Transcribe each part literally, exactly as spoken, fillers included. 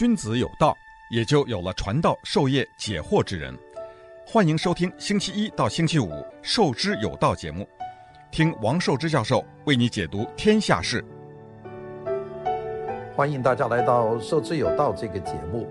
君子有道，也就有了传道授业解惑之人。欢迎收听星期一到星期五《授之有道》节目，听王寿之教授为你解读天下事。 欢迎大家来到《授之有道》这个节目。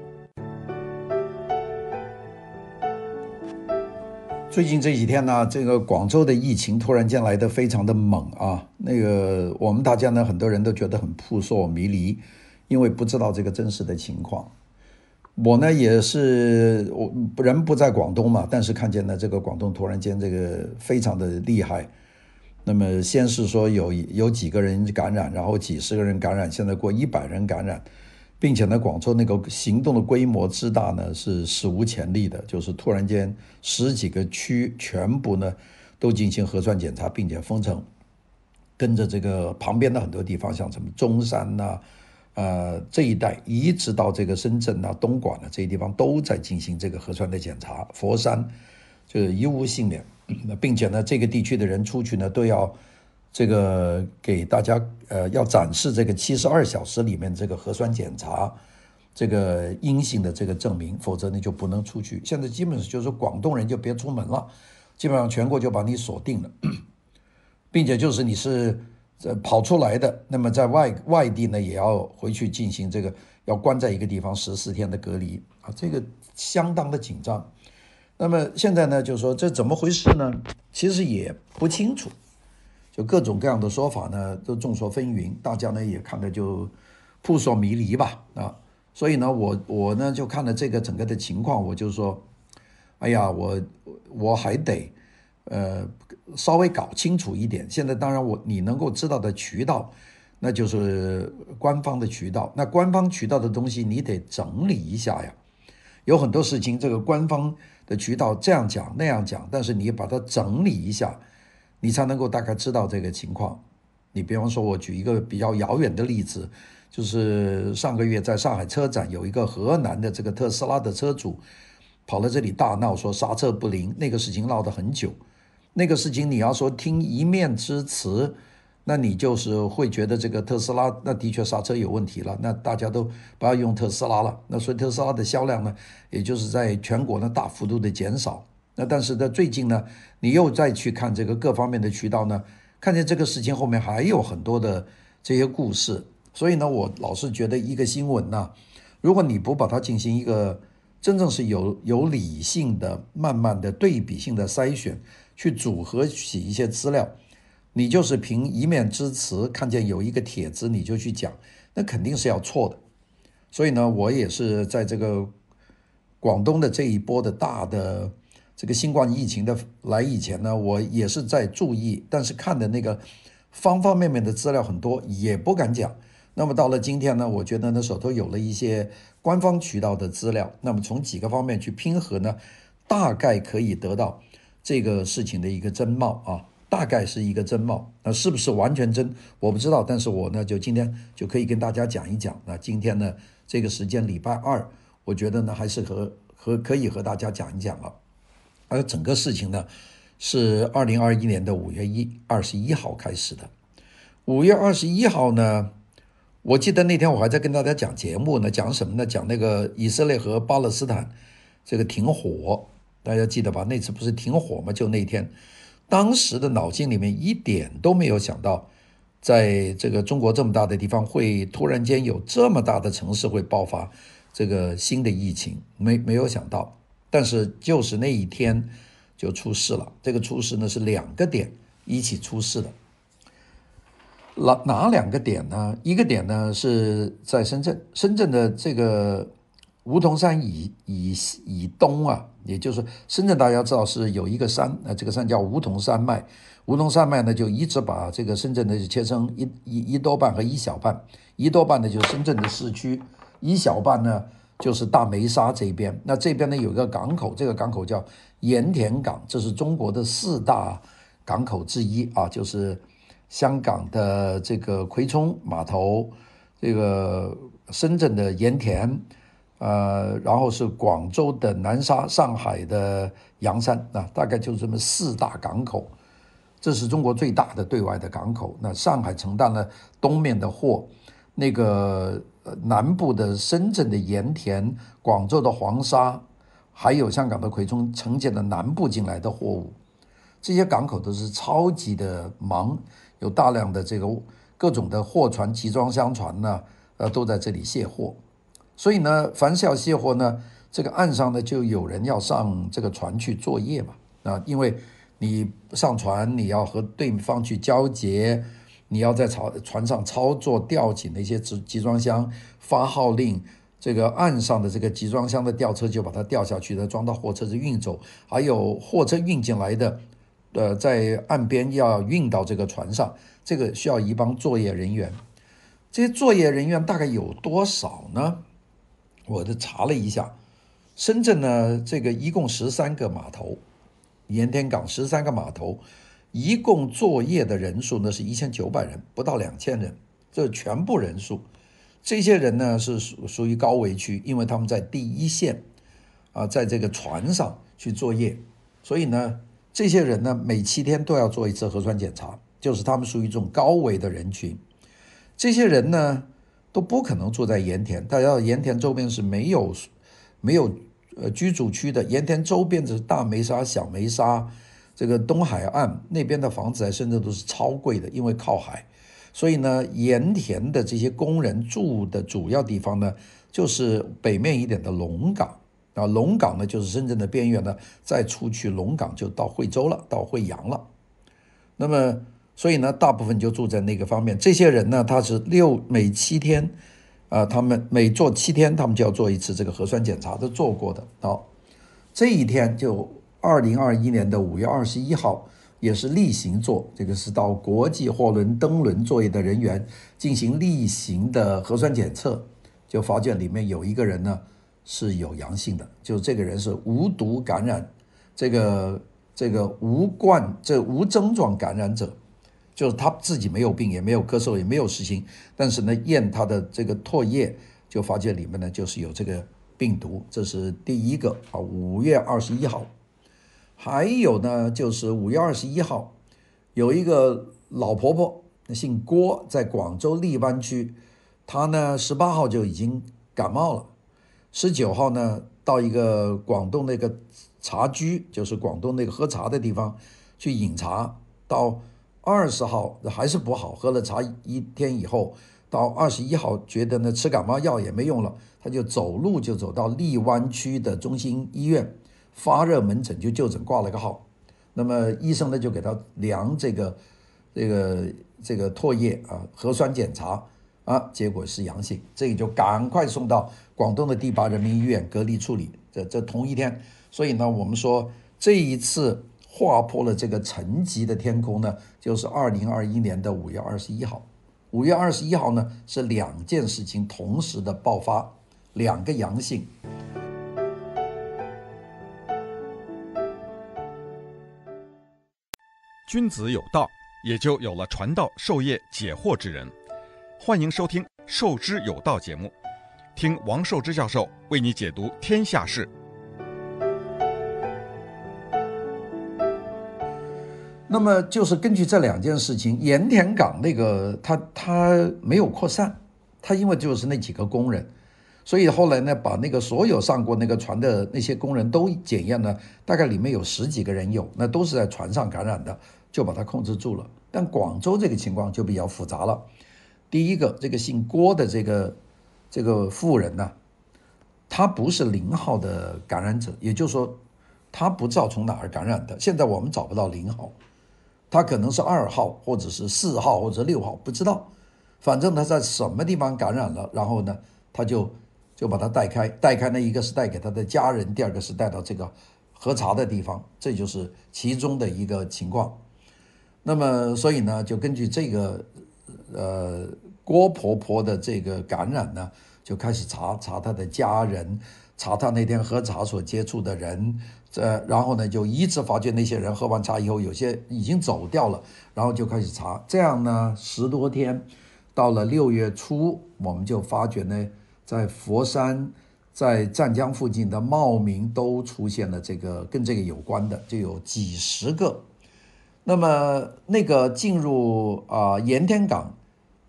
最近这几天呢，这个广州的疫情突然间来得非常的猛啊！那个我们大家呢，很多人都觉得很扑朔迷离，因为不知道这个真实的情况。我呢也是，我人不在广东嘛，但是看见呢这个广东突然间这个非常的厉害。那么先是说有有几个人感染，然后几十个人感染，现在过一百人感染，并且呢广州那个行动的规模之大呢是史无前例的，就是突然间十几个区全部呢都进行核酸检查，并且封城，跟着这个旁边的很多地方，像什么中山呐、啊。呃，这一带一直到这个深圳啊、东莞啊这些地方都在进行这个核酸的检查，佛山就是一无幸免，并且呢，这个地区的人出去呢都要这个给大家呃要展示这个七十二小时里面这个核酸检查这个阴性的这个证明，否则你就不能出去。现在基本上就是说广东人就别出门了，基本上全国就把你锁定了，并且就是你是。跑出来的，那么在外外地呢，也要回去进行这个，要关在一个地方十四天的隔离啊，这个相当的紧张。那么现在呢，就是说这怎么回事呢？其实也不清楚，就各种各样的说法呢，都众说纷纭，大家呢也看得就扑朔迷离吧啊。所以呢，我我呢就看了这个整个的情况，我就说，哎呀，我我还得。呃，稍微搞清楚一点。现在当然我你能够知道的渠道，那就是官方的渠道。那官方渠道的东西你得整理一下呀。有很多事情这个官方的渠道这样讲那样讲，但是你把它整理一下，你才能够大概知道这个情况。你比方说我举一个比较遥远的例子，就是上个月在上海车展有一个河南的这个特斯拉的车主跑到这里大闹说刹车不灵，那个事情闹得很久。那个事情你要说听一面之词，那你就是会觉得这个特斯拉那的确刹车有问题了，那大家都不要用特斯拉了，那所以特斯拉的销量呢，也就是在全国呢大幅度的减少。那但是在最近呢，你又再去看这个各方面的渠道呢，看见这个事情后面还有很多的这些故事，所以呢，我老是觉得一个新闻呢，如果你不把它进行一个真正是有有理性的、慢慢的对比性的筛选。去组合起一些资料，你就是凭一面之词，看见有一个帖子你就去讲，那肯定是要错的。所以呢，我也是在这个广东的这一波的大的这个新冠疫情的来以前呢，我也是在注意，但是看的那个方方面面的资料很多，也不敢讲。那么到了今天呢，我觉得呢手头有了一些官方渠道的资料，那么从几个方面去拼合呢，大概可以得到这个事情的一个真貌啊，大概是一个真貌，那是不是完全真我不知道，但是我呢就今天就可以跟大家讲一讲。那今天呢这个时间礼拜二，我觉得呢还是和和可以和大家讲一讲了。而整个事情呢是二零二一年的五月二十一号开始的。五月二十一号呢，我记得那天我还在跟大家讲节目呢，讲什么呢？讲那个以色列和巴勒斯坦这个停火。大家记得吧？那次不是停火吗？就那天，当时的脑筋里面一点都没有想到，在这个中国这么大的地方，会突然间有这么大的城市会爆发这个新的疫情，没没有想到。但是就是那一天就出事了。这个出事呢是两个点一起出事的。哪哪两个点呢？一个点呢是在深圳，深圳的这个梧桐山以以以东啊，也就是深圳大家知道是有一个山，呃，这个山叫梧桐山脉。梧桐山脉呢，就一直把这个深圳的切成一一一多半和一小半，一多半呢就是深圳的市区，一小半呢就是大梅沙这边。那这边呢有一个港口，这个港口叫盐田港，这是中国的四大港口之一啊，就是香港的这个葵涌码头，这个深圳的盐田。呃，然后是广州的南沙，上海的洋山啊，大概就这么四大港口，这是中国最大的对外的港口。那上海承担了东面的货，那个呃南部的深圳的盐田、广州的黄沙，还有香港的葵涌承接的南部进来的货物。这些港口都是超级的忙，有大量的这个各种的货船、集装箱船呢，呃，都在这里卸货。所以呢，凡是要卸货呢，这个岸上呢就有人要上这个船去作业嘛，啊，因为你上船，你要和对方去交接，你要在船上操作吊起那些集装箱，发号令。这个岸上的这个集装箱的吊车就把它吊下去，再装到货车子运走，还有货车运进来的，呃，在岸边要运到这个船上，这个需要一帮作业人员。这些作业人员大概有多少呢？我就查了一下，深圳呢，这个一共十三个码头，盐田港十三个码头，一共作业的人数呢是一千九百人，不到两千人，这全部人数。这些人呢是属属于高危区，因为他们在第一线啊，在这个船上去作业，所以呢，这些人呢每七天都要做一次核酸检查，就是他们属于这种高危的人群。这些人呢都不可能住在盐田，大家知道盐田周边是没有没有呃居住区的，盐田周边是大梅沙、小梅沙，这个东海岸那边的房子在深圳都是超贵的，因为靠海。所以呢，盐田的这些工人住的主要地方呢，就是北面一点的龙岗啊，龙岗呢就是深圳的边缘呢，再出去龙岗就到惠州了，到惠阳了。那么，所以呢，大部分就住在那个方面。这些人呢，他是六每七天，啊、呃，他们每做七天，他们就要做一次这个核酸检查，都做过的。好，这一天就二零二一年的五月二十一号。也是例行做，这个是到国际货轮登轮作业的人员进行例行的核酸检测，就发现里面有一个人呢是有阳性的，就这个人是无毒感染，这个这个无冠这无症状感染者，就是他自己没有病，也没有咳嗽，也没有实行，但是呢验他的这个唾液就发现里面呢就是有这个病毒，这是第一个啊，五月二十一号。还有呢，就是五月二十一号，有一个老婆婆，姓郭，在广州荔湾区，她呢十八号就已经感冒了，十九号呢到一个广东那个茶居，就是广东那个喝茶的地方去饮茶，到二十号还是不好，喝了茶一天以后，到二十一号觉得呢吃感冒药也没用了，她就走路就走到荔湾区的中心医院。发热门诊就就诊挂了个号，那么医生呢就给他量这个这个这个唾液啊，核酸检查啊，结果是阳性，这个就赶快送到广东的第八人民医院隔离处理。这这同一天，所以呢，我们说这一次划破了这个层级的天空呢，就是二零二一年的五月二十一号。五月二十一号呢是两件事情同时的爆发，两个阳性。 君子有道，也就有了传道授业解惑之人。欢迎收听《授之有道》节目，听王寿之教授为你解读天下事。 那么就是根据这两件事情，盐田港那个它它没有扩散，它因为就是那几个工人，所以后来呢，把那个所有上过那个船的那些工人都检验呢，大概里面有十几个人有，那都是在船上感染的，就把它控制住了。但广州这个情况就比较复杂了。第一个，这个姓郭的这个这个妇人呢，她不是零号的感染者，也就是说，她不知道从哪儿感染的。现在我们找不到零号，她可能是二号，或者是四号，或者六号，不知道。反正她在什么地方感染了，然后呢，她就就把它带开，带开呢，一个是带给她的家人，第二个是带到这个喝茶的地方，这就是其中的一个情况。那么，所以呢，就根据这个呃郭婆婆的这个感染呢，就开始查查她的家人，查她那天喝茶所接触的人，呃，然后呢就一直发觉那些人喝完茶以后，有些已经走掉了，然后就开始查，这样呢十多天，到了六月初，我们就发觉呢，在佛山、在湛江附近的茂名都出现了这个跟这个有关的，就有几十个。那么那个进入啊、呃、盐田港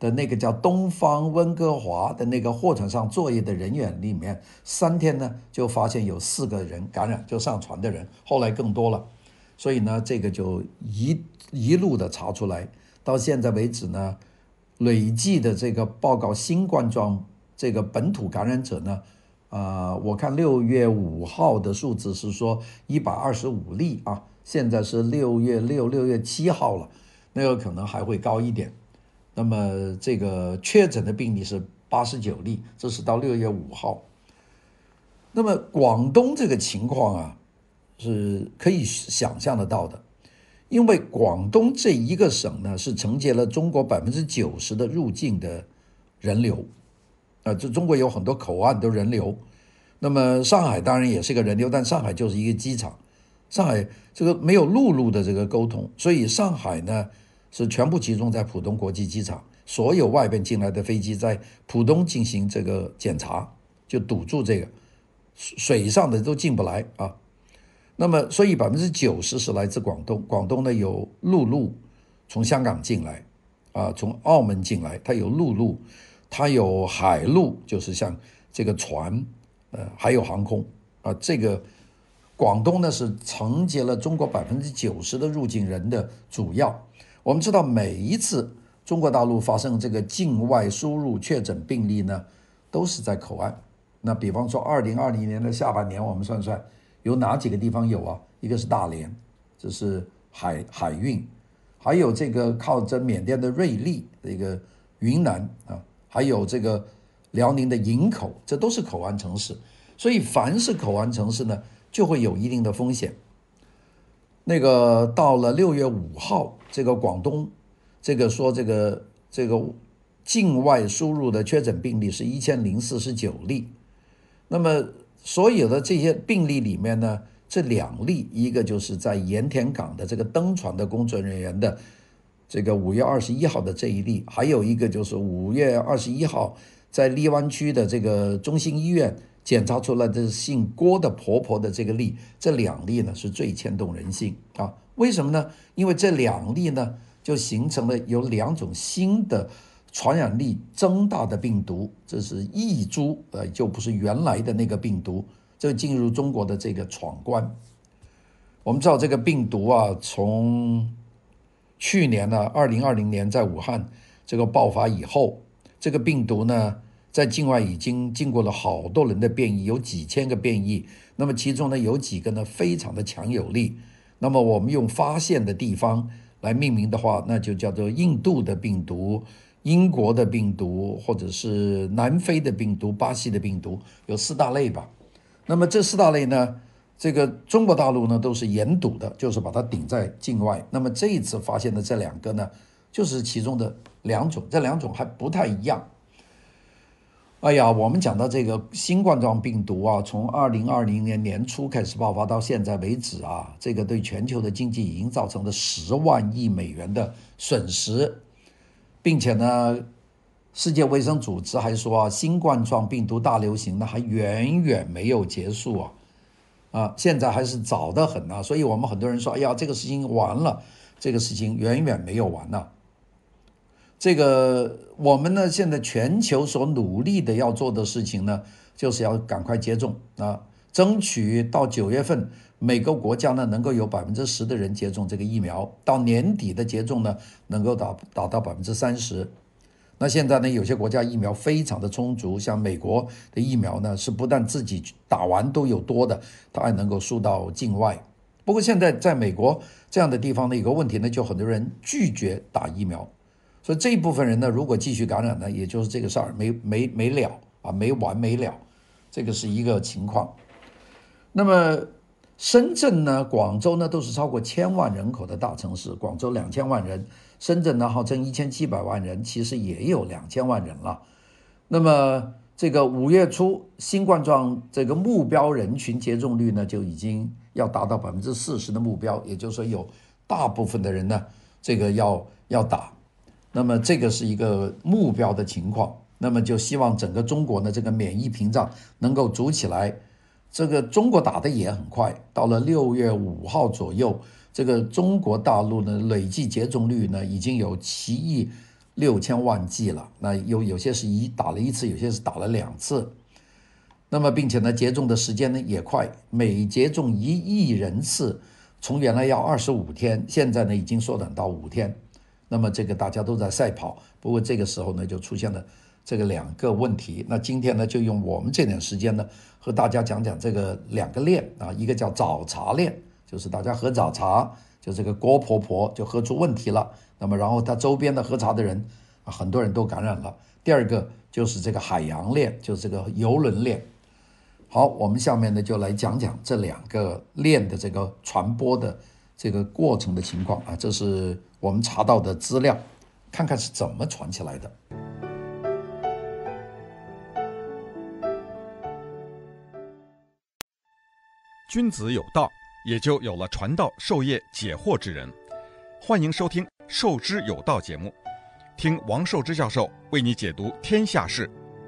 的那个叫东方温哥华的那个货船上作业的人员里面，三天呢就发现有四个人感染，就上船的人，后来更多了，所以呢这个就一一路的查出来，到现在为止呢，累计的这个报告新冠状这个本土感染者呢，呃，我看六月五号的数字是说一百二十五例啊，现在是六月六、六月七号了，那个可能还会高一点。那么这个确诊的病例是八十九例，这是到六月五号。那么广东这个情况啊，是可以想象得到的，因为广东这一个省呢，是承接了中国百分之九十的入境的人流，啊，这中国有很多口岸都人流。那么上海当然也是个人流，但上海就是一个机场，上海这个没有陆路的这个沟通，所以上海呢是全部集中在浦东国际机场，所有外边进来的飞机在浦东进行这个检查，就堵住这个水上的都进不来啊。那么所以百分之九十是来自广东，广东呢有陆路从香港进来啊，从澳门进来，它有陆路，它有海路，就是像这个船，呃，还有航空啊。这个广东呢是承接了中国百分之九十的入境人的主要。我们知道每一次中国大陆发生这个境外输入确诊病例呢，都是在口岸。那比方说二零二零年的下半年，我们算算有哪几个地方有啊？一个是大连，这是海海运，还有这个靠着缅甸的瑞丽，这个云南啊，还有这个辽宁的营口，这都是口岸城市。所以凡是口岸城市呢，就会有一定的风险。那个到了六月五号，这个广东这个说这个这个境外输入的确诊病例是一千零四十九例。那么所有的这些病例里面呢，这两例，一个就是在盐田港的这个登船的工作人员的这个五月二十一号的这一例，还有一个就是五月二十一号在荔湾区的这个中心医院检查出来的姓郭的婆婆的这个例，这两例呢是最牵动人心啊。为什么呢？因为这两例呢就形成了有两种新的传染力增大的病毒，这是异株，呃，就不是原来的那个病毒，这进入中国的这个闯关。我们知道这个病毒啊，从去年呢，二零二零年在武汉这个爆发以后，这个病毒呢，在境外已经经过了好多人的变异，有几千个变异。那么其中呢，有几个呢非常的强有力。那么我们用发现的地方来命名的话，那就叫做印度的病毒、英国的病毒，或者是南非的病毒、巴西的病毒，有四大类吧。那么这四大类呢，这个中国大陆呢都是严堵的，就是把它顶在境外。那么这一次发现的这两个呢，就是其中的两种，这两种还不太一样。哎呀，我们讲到这个新冠状病毒啊，从二零二零年年初开始爆发到现在为止啊，这个对全球的经济已经造成了十万亿美元的损失，并且呢，世界卫生组织还说啊，新冠状病毒大流行呢还远远没有结束啊，啊，现在还是早得很啊，所以我们很多人说，哎呀，这个事情完了，这个事情远远没有完呢、啊。这个我们呢，现在全球所努力的要做的事情呢，就是要赶快接种啊，争取到九月份每个国家呢能够有百分之十的人接种这个疫苗，到年底的接种呢能够达达到百分之三十。那现在呢，有些国家疫苗非常的充足，像美国的疫苗呢是不但自己打完都有多的，它还能够输到境外。不过现在在美国这样的地方呢，有个问题呢，就很多人拒绝打疫苗。所以这一部分人呢，如果继续感染呢，也就是这个事儿没没没了啊，没完没了，这个是一个情况。那么深圳呢、广州呢，都是超过千万人口的大城市，广州两千万人，深圳呢号称一千七百万人，其实也有两千万人了。那么这个五月初新冠状这个目标人群接种率呢，就已经要达到百分之四十的目标，也就是说有大部分的人呢，这个要要打。那么这个是一个目标的情况，那么就希望整个中国呢这个免疫屏障能够筑起来。这个中国打的也很快，到了六月五号左右，这个中国大陆呢累计接种率呢已经有七亿六千万剂了。那有有些是一打了一次，有些是打了两次。那么并且呢，接种的时间呢也快，每接种一亿人次，从原来要二十五天，现在呢已经缩短到五天。那么这个大家都在赛跑，不过这个时候呢就出现了这个两个问题。那今天呢就用我们这点时间呢和大家讲讲这个两个链啊，一个叫早茶链，就是大家喝早茶，就这个郭婆婆就喝出问题了，那么然后她周边的喝茶的人啊，很多人都感染了。第二个就是这个海洋链，就是这个邮轮链。好，我们下面呢就来讲讲这两个链的这个传播的这个过程的情况啊，这是我们查到的资料，看看是怎么传起来的。 君子有道，也就有了传道授业解惑之人。欢迎收听《授之有道》节目，听王寿之教授为你解读天下事。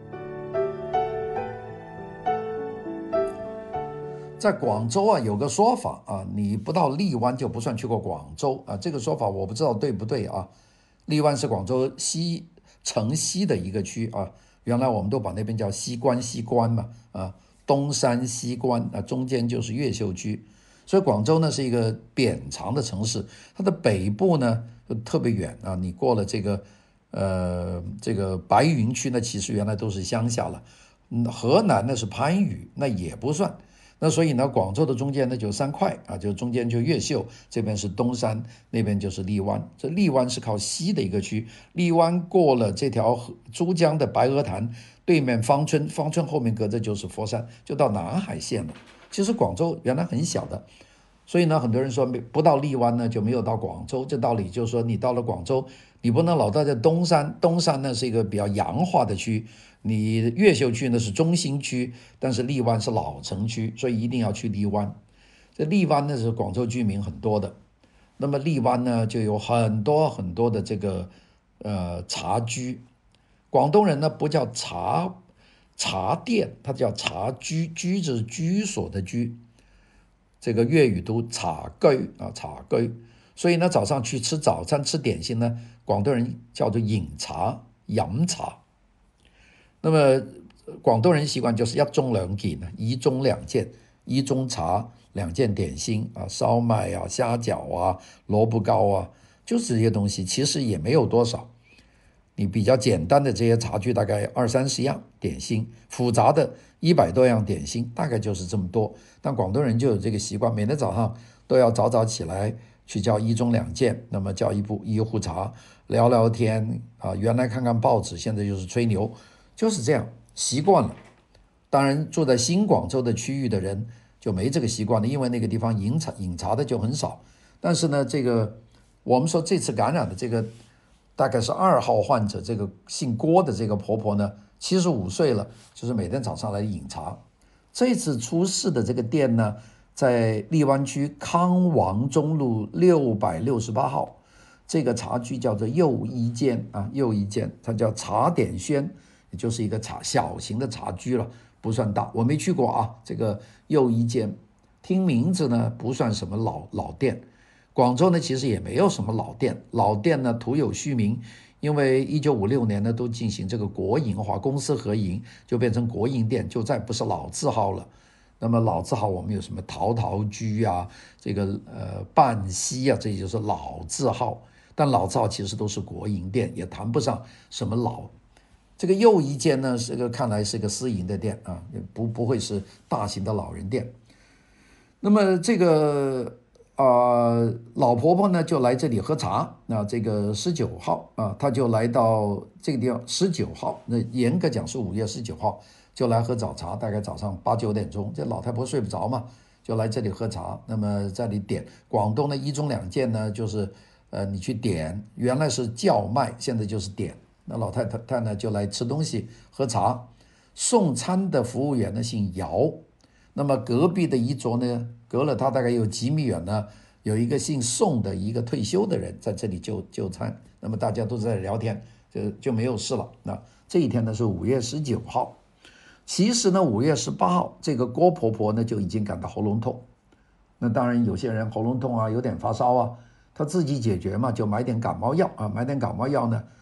在广州啊，有个说法啊，你不到荔湾就不算去过广州啊。这个说法我不知道对不对啊。荔湾是广州西城西的一个区啊，原来我们都把那边叫西关西关嘛啊，东山西关啊，中间就是越秀区。所以广州呢是一个扁长的城市，它的北部呢特别远啊，你过了这个呃这个白云区呢，其实原来都是乡下了。嗯，河南呢是番禺，那也不算。那所以呢，广州的中间呢就三块啊，就中间就越秀，这边是东山，那边就是荔湾。这荔湾是靠西的一个区，荔湾过了这条珠江的白鹅潭，对面芳村，芳村后面隔着就是佛山，就到南海县了。其实广州原来很小的，所以呢，很多人说不到荔湾呢就没有到广州。这道理就是说，你到了广州，你不能老到这东山，东山呢是一个比较洋化的区。你越秀区呢是中心区，但是荔湾是老城区，所以一定要去荔湾。这荔湾呢是广州居民很多的，那么荔湾呢就有很多很多的这个呃茶居。广东人呢不叫茶茶店，它叫茶居，居就是居所的居。这个粤语读茶居啊，茶居。所以呢早上去吃早餐吃点心呢，广东人叫做饮茶饮茶。那么广东人习惯就是一盅兩件，一盅兩件，一盅茶兩件點心啊，燒麥啊、蝦餃啊、蘿蔔糕啊，就是這些東西，其實也沒有多少。你比較簡單的這些茶具大概二三十樣點心，複雜的一百多樣點心，大概就是這麼多。但廣東人就有這個習慣，每天早上都要早早起來去叫一盅兩件，那麼叫一部一壺茶，聊聊天啊，原來看看報紙，現在就是吹牛。就是這樣習慣了。當然住在新廣州的區域的人就沒這個習慣了，因為那個地方飲茶飲茶的就很少。但是呢，這個我們說這次感染的這個大概是二號患者，這個姓郭的這個婆婆呢，七十五歲了，就是每天早上來飲茶。這次出事的這個店呢，在荔灣區康王中路六百六十八號，這個茶居叫做又一間啊，又一間，它叫茶點軒。就是一個茶小型的茶居了，不算大，我沒去過啊。這個又一間，聽名字呢不算什麼老老店。廣州呢其實也沒有什麼老店，老店呢徒有虛名，因為一九五六年呢都進行這個國營化，公司合營就變成國營店，就再不是老字號了。那麼老字號我們有什麼陶陶居啊，這個呃半溪啊，這就是老字號。但老字號其實都是國營店，也談不上什麼老。這個又一間呢，是個看來是個私營的店啊，不不會是大型的老人店。那麼這個啊、呃、老婆婆呢就來這裡喝茶，那這個十九號啊，她就來到這個地方。十九號，那嚴格講是五月十九號就來喝早茶，大概早上八九點鐘，這老太婆睡不着嘛，就來這裡喝茶。那麼這裡點廣東的一盅兩件呢，就是呃你去點，原來是叫賣，現在就是點。那老太太呢就來吃東西喝茶，送餐的服務員呢姓姚，那麼隔壁的一桌呢，隔了他大概有幾米遠呢，有一個姓宋的一個退休的人在這裡就就餐，那麼大家都在聊天，就就沒有事了。那這一天呢是五月十九號，其實呢五月十八號這個郭婆婆呢就已經感到喉嚨痛，那當然有些人喉嚨痛啊，有點發燒啊，他自己解決嘛，就買點感冒藥啊，買點感冒藥呢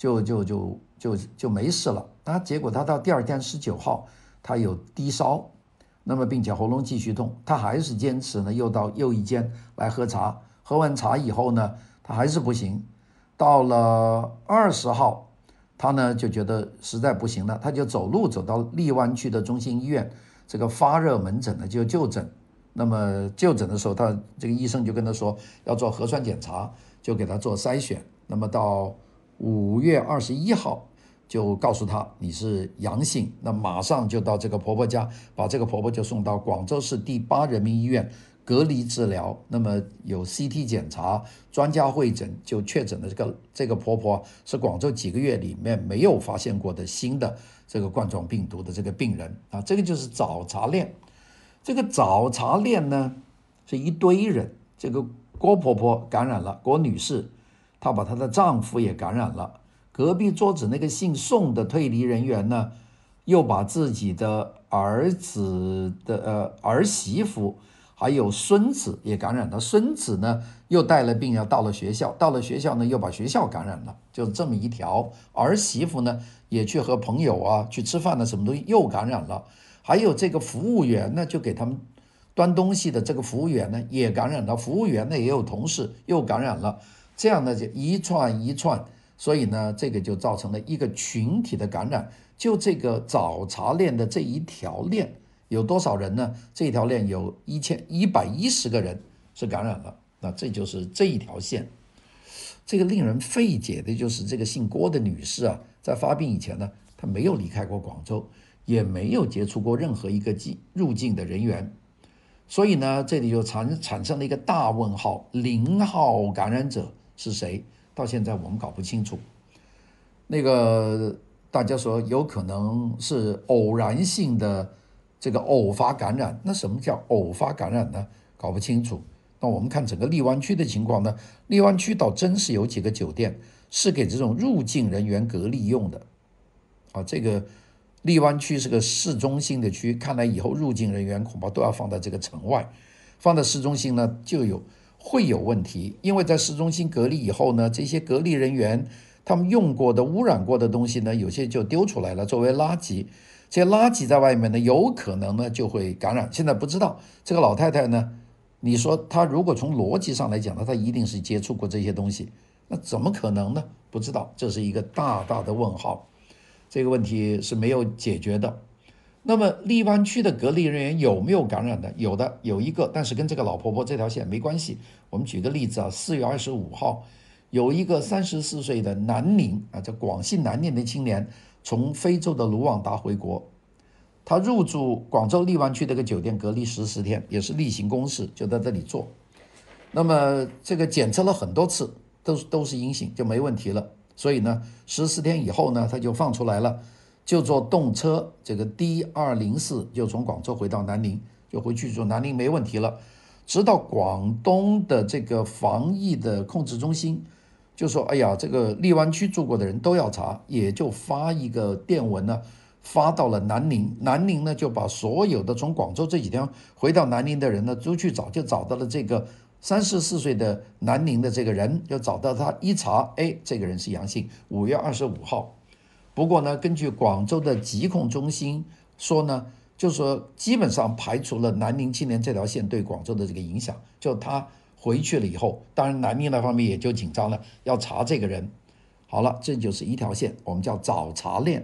就就就就就没事了。他结果他到第二天十九号，他有低烧，那么并且喉咙继续痛，他还是坚持呢，又到又一间来喝茶。喝完茶以后呢，他还是不行。到了二十号，他呢就觉得实在不行了，他就走路走到荔湾区的中心医院这个发热门诊呢就就诊。那么就诊的时候，他这个医生就跟他说要做核酸检查，就给他做筛选。那么到五月二十一号就告诉他你是阳性，那马上就到这个婆婆家，把这个婆婆就送到广州市第八人民医院隔离治疗。那么有 C T 检查，专家会诊，就确诊的这个这个婆婆是广州几个月里面没有发现过的新的这个冠状病毒的这个病人啊，这个就是早查链。这个早查链呢是一堆人，这个郭婆婆感染了，郭女士她把她的丈夫也感染了，隔壁桌子那个姓宋的推理人员呢又把自己的儿子的呃儿媳妇还有孙子也感染了，孙子呢又带了病要到了学校，到了学校呢又把学校感染了，就是这么一条。儿媳妇呢也去和朋友啊去吃饭了，什么东西又感染了。还有这个服务员呢，就给他们端东西的这个服务员呢也感染了，服务员呢也有同事又感染了，这样呢就一串一串，所以呢这个就造成了一个群体的感染。就这个早查链的这一条链有多少人呢？这一条链有一千一百一十个人是感染了，那这就是这一条线。这个令人费解的就是这个姓郭的女士啊，在发病以前呢，她没有离开过广州，也没有接触过任何一个入境的人员，所以呢，这里就产产生了一个大问号：零号感染者是谁？到现在我们搞不清楚。那个大家说有可能是偶然性的这个偶发感染，那什么叫偶发感染呢？搞不清楚。那我们看整个荔湾区的情况呢，荔湾区倒真是有几个酒店是给这种入境人员隔离用的啊，这个。荔湾区是个市中心的区，看来以后入境人员恐怕都要放在这个城外，放在市中心呢就有会有问题，因为在市中心隔离以后呢，这些隔离人员他们用过的污染过的东西呢，有些就丢出来了作为垃圾，这些垃圾在外面呢有可能呢就会感染。现在不知道这个老太太呢，你说她如果从逻辑上来讲呢，她一定是接触过这些东西，那怎么可能呢？不知道，这是一个大大的问号。这个问题是没有解决的。那么荔湾区的隔离人员有没有感染的？有的，有一个，但是跟这个老婆婆这条线没关系。我们举个例子啊，四月二十五号，有一个三十四岁的南宁啊，这广西南宁的青年从非洲的卢旺达回国，他入住广州荔湾区的一个酒店隔离十四天，也是例行公事，就在这里做。那么这个检测了很多次，都是都是阴性，就没问题了。所以呢，十四天以后呢，他就放出来了，就坐动车，这个 D 二零四就从广州回到南宁，就回去住南宁没问题了。直到广东的这个防疫的控制中心就说，哎呀，这个荔湾区住过的人都要查，也就发一个电文呢，发到了南宁。南宁呢就把所有的从广州这几天回到南宁的人呢都去找，就找到了这个三十四岁的南宁的这个人，就找到他，一查，哎，这个人是阳性，五月二十五号。不过呢，根据广州的疾控中心说呢，就说基本上排除了南宁青年这条线对广州的这个影响，就他回去了以后，当然南宁那方面也就紧张了，要查这个人。好了，这就是一条线，我们叫早查链。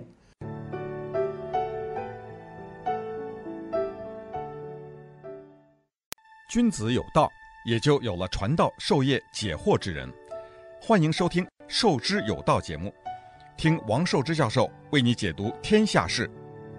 君子有道，也就有了传道授业解惑之人。欢迎收听《授之有道》节目，听王寿之教授为你解读天下事。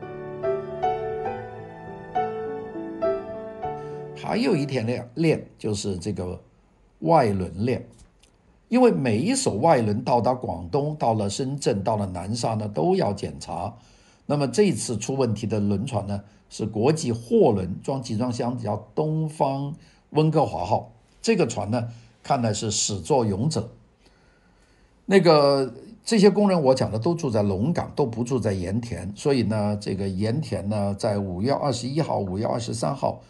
还有一条链就是这个外轮链，因为每一艘外轮到达广东、到了深圳、到了南沙呢，都要检查。那么这次出问题的轮船呢，是国际货轮，装集装箱叫东方温哥华号。这个船呢，看来是始作俑者。那个这些工人我讲的都住在龙岗，都不住在盐田，所以呢，这个盐田呢，在五月二十一号、五月二十三号，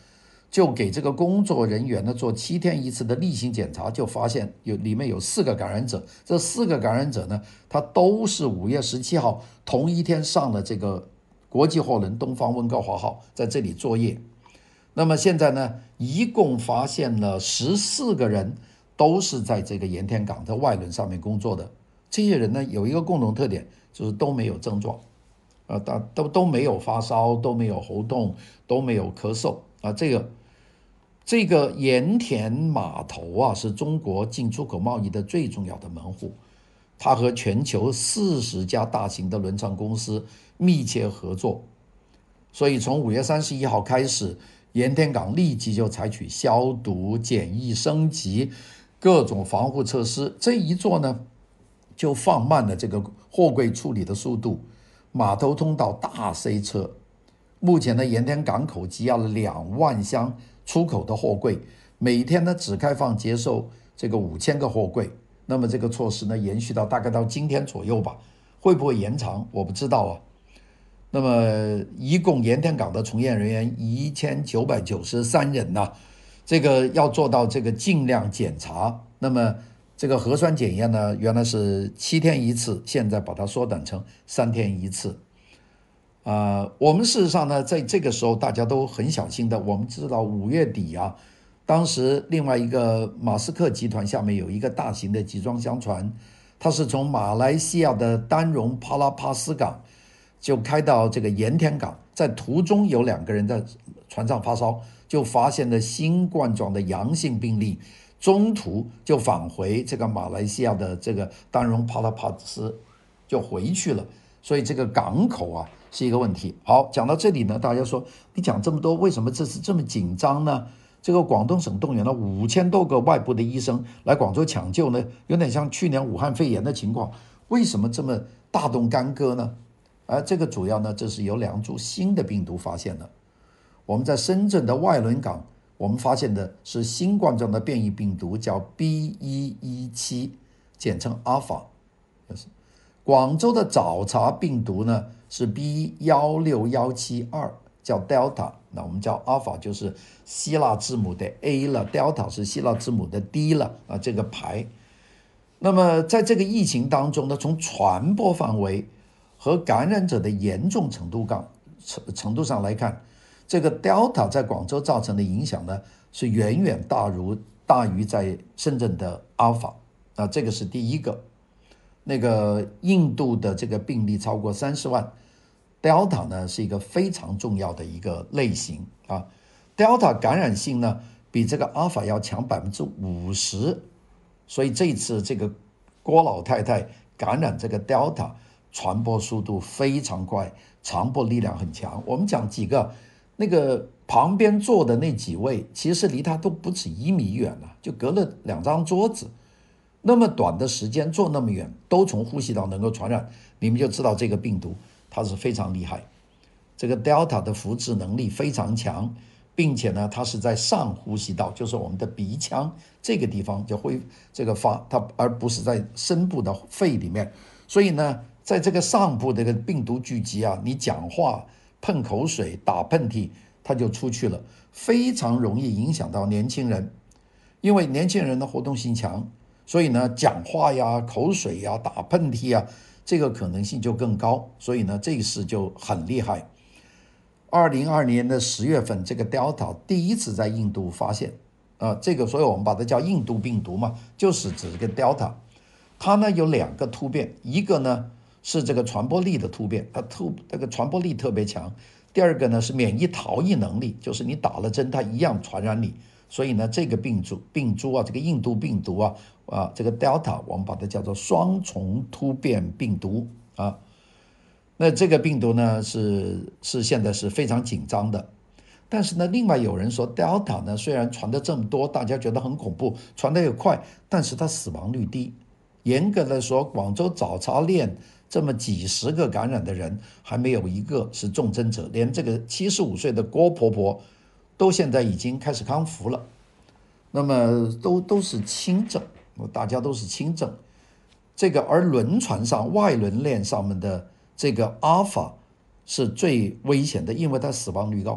就给这个工作人员呢做七天一次的例行检查，就发现有里面有四个感染者，这四个感染者呢，他都是五月十七号同一天上了这个国际货轮东方温哥华号，在这里作业。那么现在呢，一共发现了十四个人都是在这个盐田港的外轮上面工作的。这些人呢有一个共同特点，就是都没有症状，啊，都都没有发烧，都没有喉痛，都没有咳嗽啊。这个这个盐田码头啊，是中国进出口贸易的最重要的门户，它和全球四十家大型的轮船公司密切合作，所以从五月三十一号开始，盐田港立即就采取消毒、检疫、升级各种防护措施。这一做呢，就放慢了这个货柜处理的速度，码头通道大塞车。目前呢，盐田港口积压了两万箱出口的货柜，每天呢只开放接受这个五千个货柜。那么这个措施呢，延续到大概到今天左右吧，会不会延长我不知道啊。那么一共盐田港的从业人员一千九百九十三人呐、啊，这个要做到这个尽量检查。那么这个核酸检验呢，原来是七天一次，现在把它缩短成三天一次。啊、呃，我们事实上呢，在这个时候大家都很小心的。我们知道五月底啊，当时另外一个马斯克集团下面有一个大型的集装箱船，它是从马来西亚的丹戎帕拉帕斯港就开到这个盐田港，在途中有两个人在船上发烧，就发现了新冠状的阳性病例，中途就返回这个马来西亚的这个丹戎帕拉帕斯就回去了。所以这个港口啊是一个问题。好，讲到这里呢，大家说你讲这么多，为什么这次这么紧张呢？这个广东省动员了五千多个外部的医生来广州抢救呢，有点像去年武汉肺炎的情况，为什么这么大动干戈呢？而这个主要呢，这是有两组新的病毒发现了。我们在深圳的外轮港，我们发现的是新冠状的变异病毒，叫 B 一一七， 简称阿尔法。广州的早茶病毒呢是 B 一六一七二， 叫 Delta， 那我们叫阿尔法就是希腊字母的 A 了， Delta 是希腊字母的 D 了啊，这个牌。那么在这个疫情当中呢，从传播范围和感染者的严重程度上程度上来看，这个 Delta 在广州造成的影响呢是远远大如大于在深圳的阿尔法啊，这个是第一个。那个印度的这个病例超过三十万 ，Delta 呢是一个非常重要的一个类型啊。Delta 感染性呢比这个阿尔法要强百分之五十，所以这次这个郭老太太感染这个 Delta， 传播速度非常快，传播力量很强。我们讲几个，那个旁边坐的那几位，其实离他都不止一米远了，就隔了两张桌子。那么短的时间坐那么远，都从呼吸道能够传染，你们就知道这个病毒它是非常厉害。这个 Delta 的复制能力非常强，并且呢，它是在上呼吸道，就是我们的鼻腔这个地方就会这个发它，而不是在深部的肺里面。所以呢，在这个上部这个病毒聚集啊，你讲话、喷口水、打喷嚏，它就出去了，非常容易影响到年轻人，因为年轻人的活动性强。所以呢，讲话呀、口水呀、打喷嚏呀，这个可能性就更高。所以呢，这个事就很厉害。二零二二年的十月份，这个 Delta 第一次在印度发现，啊、呃，这个所以我们把它叫印度病毒嘛，就是指这个 Delta。它呢有两个突变，一个呢是这个传播力的突变，它突这个传播力特别强。第二个呢是免疫逃逸能力，就是你打了针，它一样传染你。所以呢，这个病毒病株啊，这个印度病毒啊，啊，这个 Delta 我们把它叫做双重突变病毒啊。那这个病毒呢是是现在是非常紧张的，但是呢，另外有人说 Delta 呢虽然传的这么多，大家觉得很恐怖，传的也快，但是它死亡率低。严格来说，广州早茶店这么几十个感染的人，还没有一个是重症者，连这个七十五岁的郭婆婆都现在已经开始康复了，那么都都是轻症，大家都是轻症。这个而轮船上外轮链上面的这个阿尔法是最危险的，因为它死亡率高，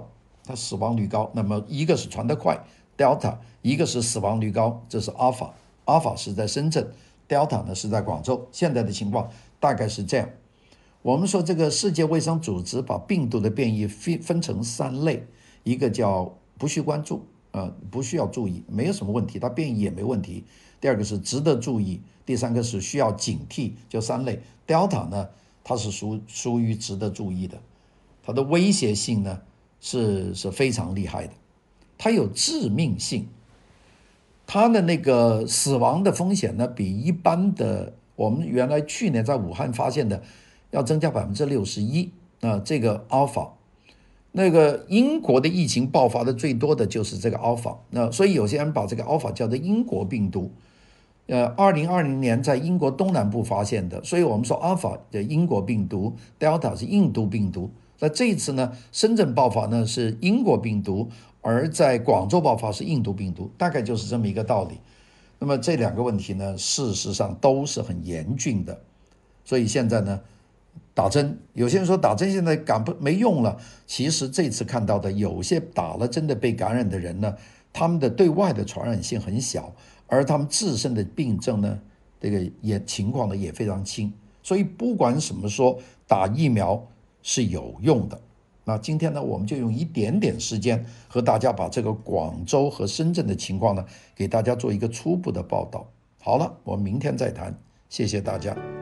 它死亡率高。那么一个是传得快 Delta， 一个是死亡率高，这是 Alpha。 Alpha 是在深圳， Delta 呢是在广州。现在的情况大概是这样。我们说这个世界卫生组织把病毒的变异分成三类，一个叫不需关注，呃，不需要注意，没有什么问题，它变异也没问题。第二个是值得注意，第三个是需要警惕，就三类。Delta 呢，它是属属于值得注意的，它的威胁性呢是是非常厉害的，它有致命性，它的那个死亡的风险呢比一般的我们原来去年在武汉发现的要增加百分之六十一。那这个 Alpha， 那个英国的疫情爆发的最多的就是这个 Alpha， 那所以有些人把这个 Alpha 叫做英国病毒。呃，二零二零年在英国东南部发现的，所以我们说 Alpha 的英国病毒 ，Delta 是印度病毒。那这一次呢，深圳爆发呢是英国病毒，而在广州爆发是印度病毒，大概就是这么一个道理。那么这两个问题呢，事实上都是很严峻的。所以现在呢，打针，有些人说打针现在感不没用了，其实这次看到的有些打了针的被感染的人呢，他们的对外的传染性很小，而他们自身的病症呢，这个也情况呢也非常轻。所以不管什么说，打疫苗是有用的。那今天呢，我们就用一点点时间和大家把这个广州和深圳的情况呢，给大家做一个初步的报道。好了，我们明天再谈，谢谢大家。